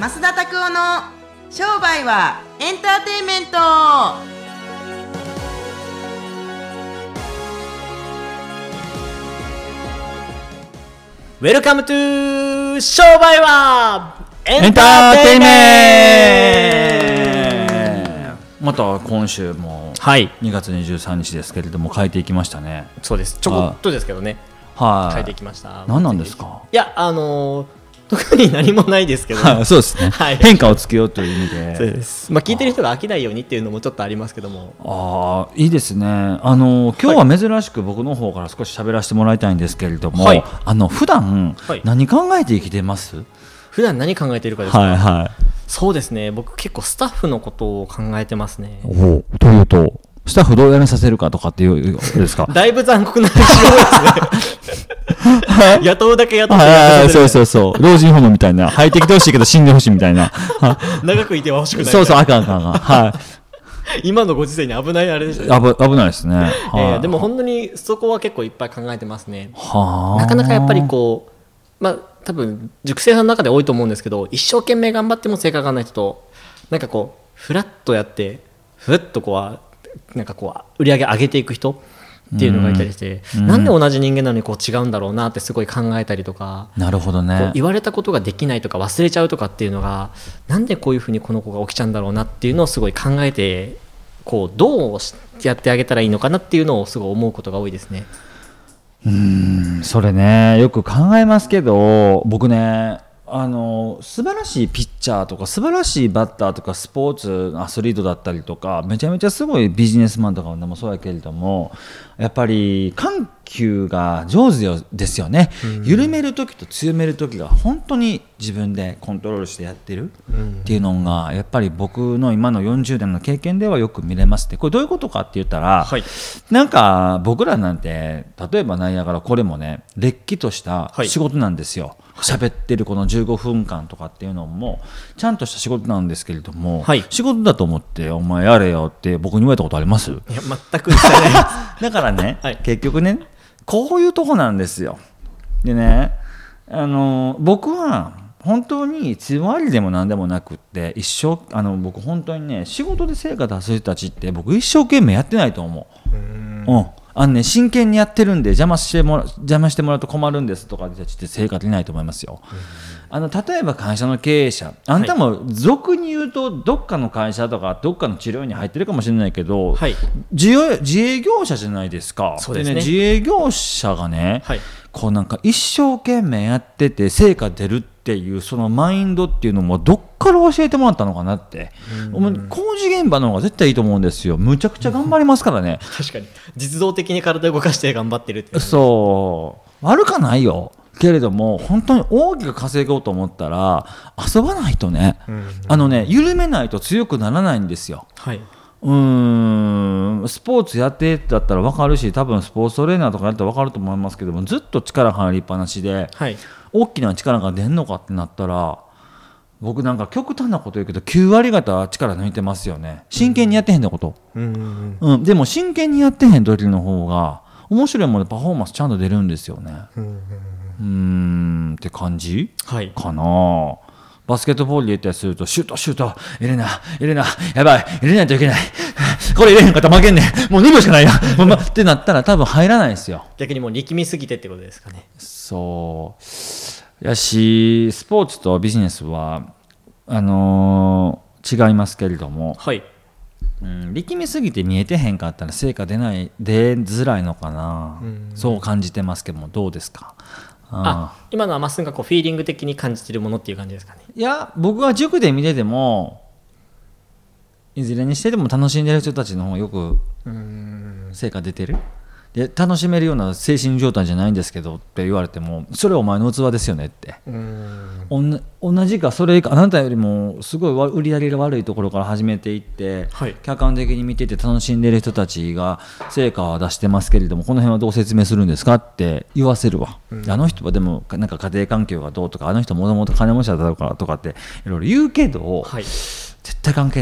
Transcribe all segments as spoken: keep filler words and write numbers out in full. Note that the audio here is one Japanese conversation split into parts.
増田拓夫の商売はエンターテインメント。 ウェルカムトゥー商売はエンタエンターーテインテイメメント。 また今週もはいにがつにじゅうさんにちですけれども変えていきましたね。 そうです。ちょこっとですけどね、 はい。 変えてきました。 何なんですか？ いや、あのー、特に何もないですけど、 はい、そうですね、 はい、 変化をつけようという意味で。 そうです。まあ、聞いてる人が飽きないようにっていうのもちょっとありますけども。 ああ、いいですね。あの今日は珍しく僕の方から少し喋らせてもらいたいんですけれども、 はい、 あの普段何考えて生きてます？ 普段何考えているかですか？ はいはい。そうですね、僕結構スタッフのことを考えてますね。 おというとスタッフどうやらさせるかとかっていうですか？ だいぶ残酷な仕事ですね。雇うだけ雇ってやそうそうそう老人ホームみたいな入ってきてほしいけど死んでほしいみたいな長くいては欲しくない。 そうそうあかんあかんあかん、はい、 今のご時世に危ないあれですね。 危, 危ないですね、はいえー、でも本当にそこは結構いっぱい考えてますね。 はなかなかやっぱりこうまあ多分塾生さんの中で多いと思うんですけど、一生懸命頑張っても成果がない人と、なんかこうフラッとやってふっとこうなんかこう売り上げ上げていく人っていうのがいたりして、うん、なんで同じ人間なのにこう違うんだろうなってすごい考えたりとか。 なるほどね。 こう言われたことができないとか忘れちゃうとかっていうのがなんでこういうふうにこの子が起きちゃうんだろうなっていうのをすごい考えて、こうどうやってあげたらいいのかなっていうのをすごい思うことが多いですね。 うーんそれねよく考えますけど、僕ねあの素晴らしいピッチャーとか素晴らしいバッターとかスポーツアスリートだったりとかめちゃめちゃすごいビジネスマンとかでもそうやけれども、やっぱり緩急が上手ですよね。緩める時と強める時が本当に自分でコントロールしてやってるっていうのがやっぱり僕の今のよんじゅうねんの経験ではよく見れますね。これどういうことかって言ったら、はい、なんか僕らなんて例えばなんやからこれもねれっきとした仕事なんですよ。喋、はい、ってるこのじゅうごふんかんとかっていうのもちゃんとした仕事なんですけれども、はい、仕事だと思ってお前やれよって僕に言われたことあります？いや全く言ってないだからね、はい、結局ねこういうとこなんですよ。でねあの僕は本当に強割りでも何でもなくって一生あの僕本当にね仕事で成果出す人たちって僕一生懸命やってないと思う。うーん、うんあのね、真剣にやってるんで邪魔してもら、邪魔してもらうと困るんですとかたちって成果出ないと思いますよ。あの例えば会社の経営者あんたも俗に言うとどっかの会社とかどっかの治療に入ってるかもしれないけど、はい、自, 由自営業者じゃないですか。 そうですね。 でね自営業者がね、はい、こうなんか一生懸命やってて成果出るっていうそのマインドっていうのもどっから教えてもらったのかなって。工事現場の方が絶対いいと思うんですよ。むちゃくちゃ頑張りますからね。 確かに実動的に体を動かして頑張ってるっていう、ね、 そう悪かないよけれども本当に大きく稼ごうと思ったら遊ばないとね、うんうん、あのね緩めないと強くならないんですよ。はい、うーんスポーツやってだったら分かるし多分スポーツトレーナーとかやったら分かると思いますけどもずっと力入りっぱなしで、はい、大きな力が出んのかってなったら僕なんか極端なこと言うけどきゅうわり方力抜いてますよね。真剣にやってへんってこと、うんうんうんうん、でも真剣にやってへん時の方が面白いものパフォーマンスちゃんと出るんですよね。うんうんうんうーんって感じ、はい、かな。バスケットボールで言ったりするとシュートシュート入れな入れなやばい入れないといけないこれ入れへんかったら負けんねんもうにふんしかないやってなったら多分入らないですよ。 逆にもう力みすぎてってことですかね。 そうやしスポーツとビジネスはあのー、違いますけれども、はいうん、力みすぎて見えてへんかったら成果出ない出づらいのかな、うん、そう感じてますけどもどうですか？ ああ今のはまっすぐがこうフィーリング的に感じているものっていう感じですかね。 いや僕は塾で見ててもいずれにしてでも楽しんでる人たちの方がよく成果出てる。で楽しめるような精神状態じゃないんですけどって言われてもそれはお前の器ですよねって。うん同じかそれあなたよりもすごい売り上げが悪いところから始めていって、はい、客観的に見てて楽しんでる人たちが成果は出してますけれどもこの辺はどう説明するんですかって言わせるわ。うんあの人はでもなんか家庭環境がどうとかあの人もともと金持ちだったからとかっていろいろ言うけど、はい、絶対関係ない。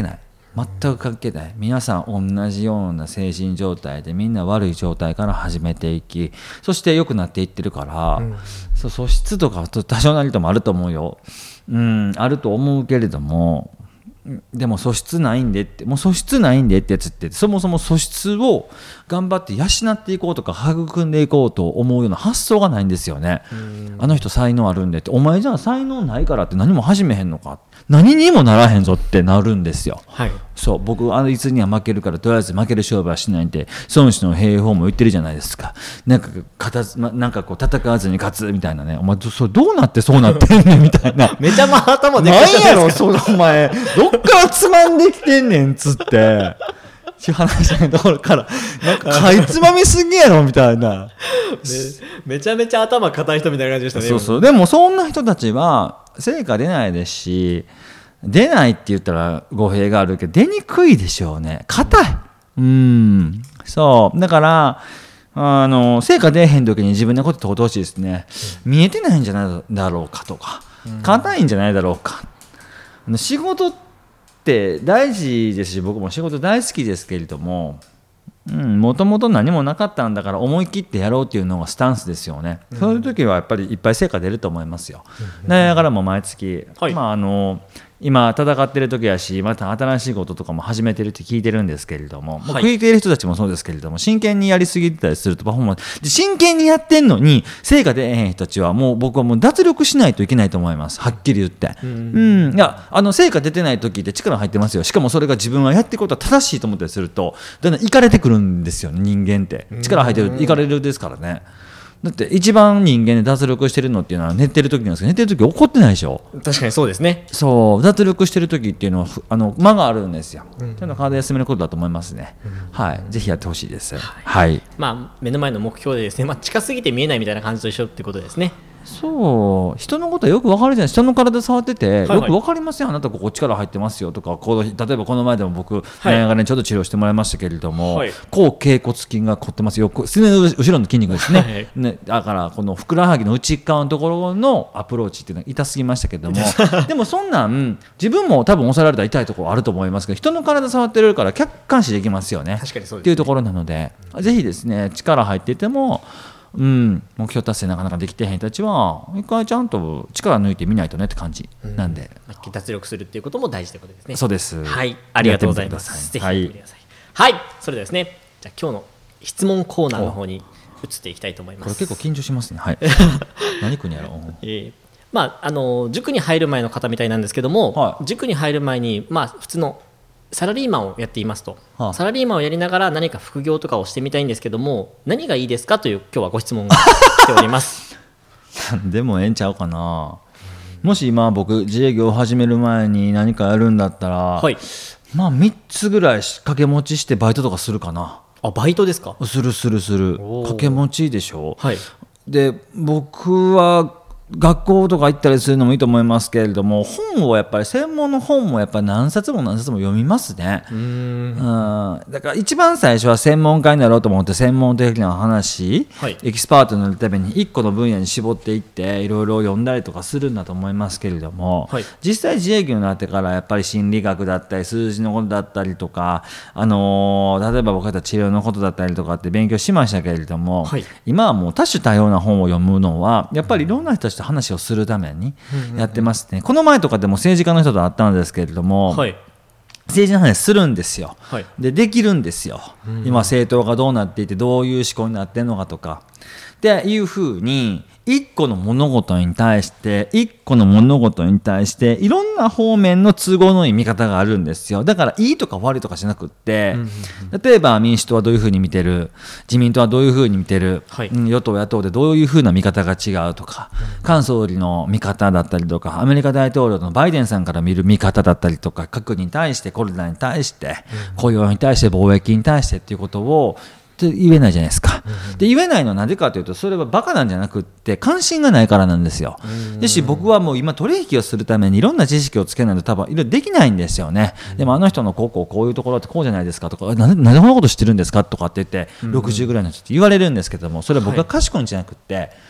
全く関係ない。皆さん同じような精神状態でみんな悪い状態から始めていき、そして良くなっていってるから、うん、そう素質とか多少なりともあると思うよ、うん、あると思うけれども、でも素質ないんでって、もう素質ないんでってやつって、そもそも素質を頑張って養っていこうとか育んでいこうと思うような発想がないんですよね。あの人才能あるんでって、お前じゃあ才能ないからって何も始めへんのか、何にもならへんぞってなるんですよ、はい、そう僕あいつには負けるからとりあえず負ける勝負はしないんで、孫子の兵法も言ってるじゃないですか。なんか勝た、ま、なんかこう戦わずに勝つみたいなね。お前それどうなってそうなってんねんみたいなめちゃまあ頭でかした何やろそのお前どっからつまんできてんねんっつってって話のところからなんかかいつまみすぎやろみたいなめ, めちゃめちゃ頭固い人みたいな感じでしたね。 そうそう。でもそんな人たちは成果出ないですし、出ないって言ったら語弊があるけど出にくいでしょうね。硬い。うんそうだからあの成果出へん時に自分のこと問うてほしいですね、うん、見えてないんじゃないだろうかとか硬いんじゃないだろうか。仕事って大事ですし、僕も仕事大好きですけれども、もともと何もなかったんだから思い切ってやろうっていうのがスタンスですよね、うん、そういう時はやっぱりいっぱい成果出ると思いますよ、うん、だからもう毎月、はいまあ、あの今戦ってる時やし、また新しいこととかも始めてるって聞いてるんですけれども、はい、聞いてる人たちもそうですけれども、真剣にやりすぎてたりするとパフォーマンス真剣にやってんのに成果出へん人たちはもう僕はもう脱力しないといけないと思います。はっきり言って、うん、うん、いやあの成果出てない時って力入ってますよ。しかもそれが自分はやっていくことは正しいと思ったりするとだんだんいかれてくるんですよね。人間って力入ってるいかれるですからね。だって一番人間で脱力してるのっていうのは寝てる時なんですけど、寝てる時怒ってないでしょ。 確かにそうですね。 そう脱力してる時っていうのはあの間があるんですよ、うん、というのは体休めることだと思いますね、うん、はい、ぜひやってほしいです、はいはい。 まあ、目の前の目標でですね、まあ、近すぎて見えないみたいな感じと一緒ってことですね。 そう人のことはよく分かるじゃない。人の体触ってて、はいはい、よく分かりますよ。あなたここ力入ってますよとか、こう例えばこの前でも僕、はい、長年ちょっと治療してもらいましたけれども、はい、後脛骨筋が凝ってますよ。すねの後ろの筋肉ですね、はい、ねだからこのふくらはぎの内側のところのアプローチっていうのは痛すぎましたけどもでもそんなん自分も多分押さえられたら痛いところあると思いますけど、人の体触ってるから客観視できますよね。 確かにそうですねっていうところなので、ぜひですね力入っていてもうん、目標達成なかなかできてへん人たちは一回ちゃんと力抜いてみないとねって感じなんで、 うん、脱力するっていうことも大事ということですね。 そうです。 はい、ありがとうございます。ぜひやってみてください。はい、はい、それではですね、じゃあ今日の質問コーナーの方に移っていきたいと思います。 これ結構緊張しますね。はい何区にやろう、 えーまあ、あの塾に入る前の方みたいなんですけども、はい、塾に入る前に、まあ、普通のサラリーマンをやっていますと、はあ、サラリーマンをやりながら何か副業とかをしてみたいんですけども、何がいいですかという今日はご質問が来ておりますでもええんちゃうかな。もし今僕自営業を始める前に何かやるんだったら、はい、まあみっつぐらい掛け持ちしてバイトとかするかな。 あ、バイトですか。 するするする。掛け持ちでしょ、はい、で僕は学校とか行ったりするのもいいと思いますけれども、本をやっぱり専門の本もやっぱり何冊も何冊も読みますね。うーん、うん、だから一番最初は専門家になろうと思って専門的な話、はい、エキスパートになるためにいっこの分野に絞っていっていろいろ読んだりとかするんだと思いますけれども、はい、実際自営業になってからやっぱり心理学だったり数字のことだったりとか、あのー、例えば僕だったら治療のことだったりとかって勉強しましたけれども、はい、今はもう多種多様な本を読むのはやっぱりいろんな人たちと話をするためにやってますね、うんうんうん、この前とかでも政治家の人と会ったんですけれども、はい、政治の話するんですよ、はい、でできるんですよ、うんうん、今政党がどうなっていてどういう思考になってるのかとかっていうふうに一個の物事に対して一個の物事に対していろんな方面の都合のいい見方があるんですよ。だからいいとか悪いとかじゃなくって、うんうんうん、例えば民主党はどういうふうに見てる、自民党はどういうふうに見てる、はい、与党野党でどういうふうな見方が違うとか、うん、菅総理の見方だったりとかアメリカ大統領のバイデンさんから見る見方だったりとか、核に対してコロナに対して、うん、雇用に対して貿易に対してっていうことを言えないじゃないですか、うん、で言えないのはなぜかというと、それはバカなんじゃなくって関心がないからなんですよ。でし僕はもう今取引をするためにいろんな知識をつけないと多分いろいろできないんですよね、うん、でもあの人のこうこうこういうところってこうじゃないですかとか、なぜこんなこと知ってるんですかとかって言ってろくじゅうぐらいの人って言われるんですけども、それは僕が賢いんじゃなくって、はい、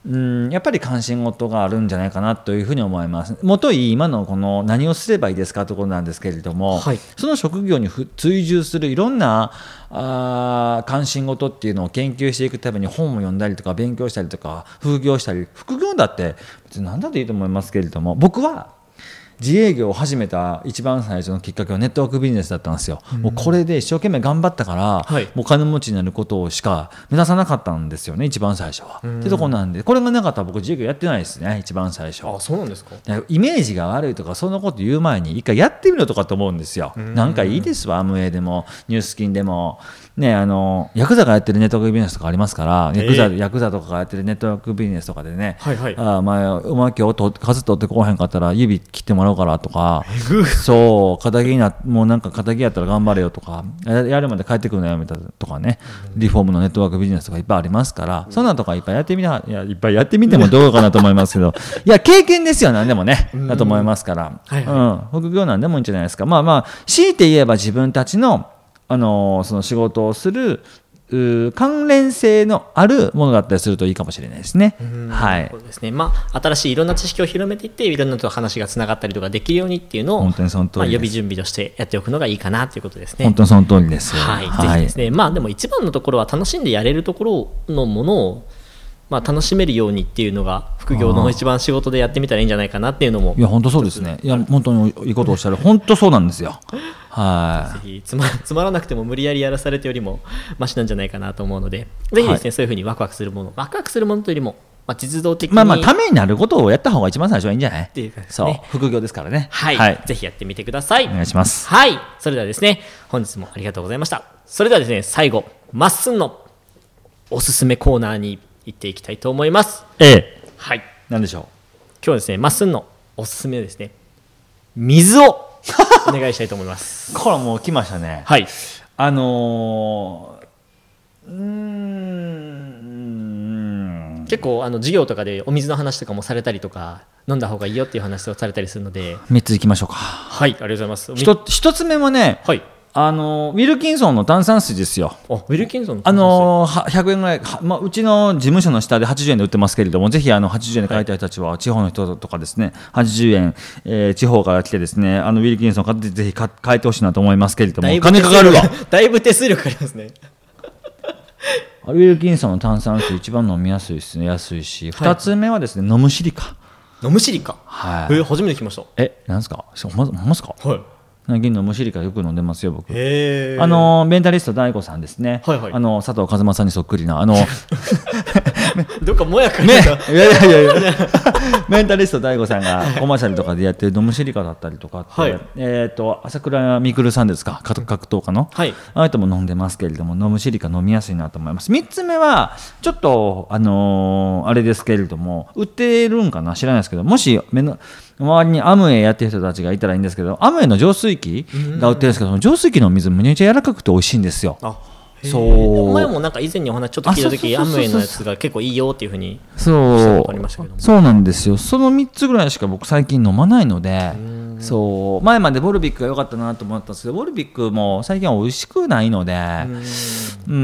うんやっぱり関心事があるんじゃないかなというふうに思います。もとい今のこの何をすればいいですかということなんですけれども、はい、その職業に追従するいろんなあ関心事っていうのを研究していくために本を読んだりとか勉強したりとか副業したり、副業だって別に何だっていいと思いますけれども、僕は自営業を始めた一番最初のきっかけはネットワークビジネスだったんですよ、うん、もうこれで一生懸命頑張ったから、はい、もう金持ちになることしか目指さなかったんですよね、一番最初は、うん、ってとこなんで、これがなかったら僕自営業やってないですね、一番最初。 あ、そうなんですか。 イメージが悪いとかそんなこと言う前に一回やってみろとかと思うんですよ、うん、なんかいいですわ、アムウェイでもニュースキンでもね、あのヤクザがやってるネットワークビジネスとかありますから、えー、ヤクザ、ヤクザとかがやってるネットワークビジネスとかでね、はいはい、あ前お前今日と数取ってこうへんかったら指切ってもらおうからとか、そう肩着なもうなんか肩着やったら頑張れよとか、や, やるまで帰ってくるのやめたとかね、リフォームのネットワークビジネスとかいっぱいありますから、そんなとかいっぱいやってみた、いやいっぱいやってみてもどうかなと思いますけどいや経験ですよ、何でもねだと思いますから、はいはい、うん、副業なんでもいいんじゃないですか。まあまあ強いて言えば自分たちのあのその仕事をする関連性のあるものだったりするといいかもしれないですね。はい。 そうですね。まあ新しいいろんな知識を広めていっていろんなと話がつながったりとかできるようにっていうのを本当にその通りです。まあ、予備準備としてやっておくのがいいかなということですね。 本当にその通りです。 はい。はい、ぜひですね。まあでも一番のところは楽しんでやれるところのものをまあ楽しめるようにっていうのが副業の一番仕事でやってみたらいいんじゃないかなっていうのも。 いや本当そうですね。いや本当にいいことをおっしゃる。本当そうなんですよ。はい、 ぜひつ ま, つまらなくても無理やりやらされてよりもマシなんじゃないかなと思うので、ぜひですね、はい、そういうふうにワクワクするものワクワクするものというよりも、まあ、実動的にまあまあためになることをやった方が一番最初はいいんじゃないっていうかですね。 ね、 そう副業ですからね、 はいはい、ぜひやってみてください。 お願いします。 はい、それではですね本日もありがとうございました。それではですね最後まっすんのおすすめコーナーに行っていきたいと思います。 ええ、 はい、 何でしょう。 今日はですねまっすんのおすすめはですね水をお願いしたいと思いますこれもう来ましたね。 はい、 あのー、うーん結構あの授業とかでお水の話とかもされたりとか飲んだ方がいいよっていう話をされたりするので、 みっついきましょうか。 はい、ありがとうございます。 ひとつめはね、はい、あのウィルキンソンの炭酸水ですよ。 あ、ウィルキンソンの炭酸水、あのひゃくえんぐらい、まあ、うちの事務所の下ではちじゅうえんで売ってますけれども、ぜひあのはちじゅうえんで買いたい人たちは、はい、地方の人とかですねはちじゅうえん、えー、地方から来てですねあのウィルキンソン買ってぜひ買えてほしいなと思いますけれども、金かかるわだいぶ手数料かかりますねウィルキンソンの炭酸水一番飲みやすいですね、安いし、はい、ふたつめはですね飲むシリカ。 飲むシリカ、 はい、 えー、初めて聞きました。 え、なんですか、ほんま、ほんまですか。はい、最近飲むシリカよく飲んでますよ僕。 へー、 あのメンタリスト大悟さんですね、はいはい、あの佐藤和正さんにそっくりなあのどっかもやかね、いやいやいやいやメンタリスト大悟さんがコマーシャルとかでやってる飲むシリカだったりとかって、はい、えー、と朝倉未来さんですか、格闘家の、はい、あの人も飲んでますけれども、飲むシリカ飲みやすいなと思います。みっつめはちょっとあのー、あれですけれども売ってるんかな知らないですけど、もし目の周りにアムウェイやってる人たちがいたらいいんですけど、アムウェイの浄水器が売ってるんですけど、浄水器の水めちゃめちゃ柔らかくて美味しいんですよ。あ、 そう前もなんか以前にお話ちょっと聞いた時、アムウェイのやつが結構いいよっていうふうにそうそうなんですよ。そのみっつぐらいしか僕最近飲まないので、そう前までボルビックが良かったなと思ったんですけど、ボルビックも最近は美味しくないので、うん、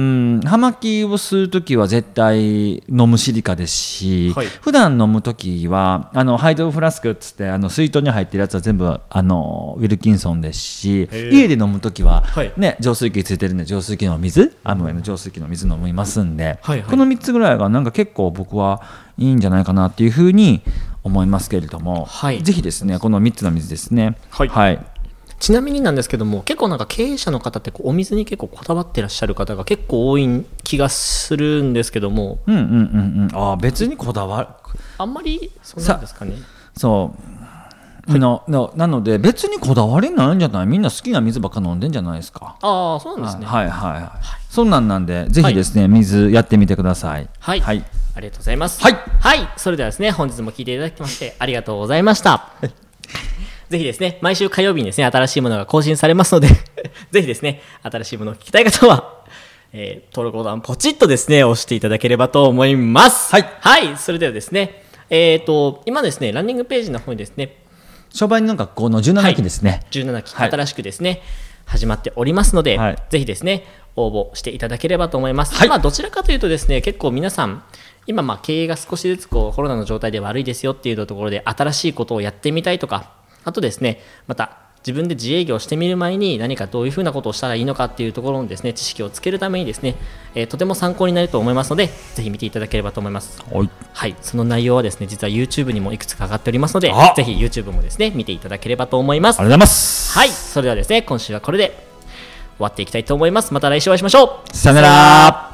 葉巻を吸うときは絶対飲むシリカですし、はい、普段飲むときはあのハイドロフラスクっつってあの水筒に入ってるやつは全部あのウィルキンソンですし、家で飲むときは、ね、はい、浄水器ついてるんで浄水器の水、アムウェイの浄水器の水飲みますんで、はいはい、このみっつぐらいがなんか結構僕はいいんじゃないかなっていうふうに思いますけれども、はい、ぜひですねこのみっつの水ですね、はいはい、 ちなみになんですけども、結構なんか経営者の方ってこうお水に結構こだわってらっしゃる方が結構多い気がするんですけども、 うんうんうんうん、あ、別にこだわるあんまりそうなんですかね。 そうののなので別にこだわりないんじゃない、みんな好きな水ばっか飲んでんじゃないですか。 ああ、そうなんですね。 はいはいはい、はい、そんなんなんでぜひですね、はい、水やってみてください。 はい、はい、ありがとうございます。 はい、 はい、それではですね本日も聞いていただきましてありがとうございましたぜひですね毎週火曜日にですね新しいものが更新されますのでぜひですね新しいものを聞きたい方は、えー、登録ボタンポチッとですね押していただければと思います。はい、はい、それではですねえーと今ですねランディングページの方にですね商売の学校のじゅうななきですね、はい、 じゅうななき、はい、新しくですね始まっておりますので、はい、ぜひですね応募していただければと思います。はい、まあ、どちらかというとですね結構皆さん今まあ経営が少しずつこうコロナの状態で悪いですよっていうところで新しいことをやってみたいとか、あとですねまた自分で自営業してみる前に何かどういうふうなことをしたらいいのかっていうところのですね知識をつけるためにですね、えー、とても参考になると思いますので、ぜひ見ていただければと思います。 はい、 はい、その内容はですね実は YouTube にもいくつか上がっておりますので、ぜひ YouTube もですね見ていただければと思います。 ありがとうございます。 はい、それではですね今週はこれで終わっていきたいと思います。また来週お会いしましょう。 さよなら。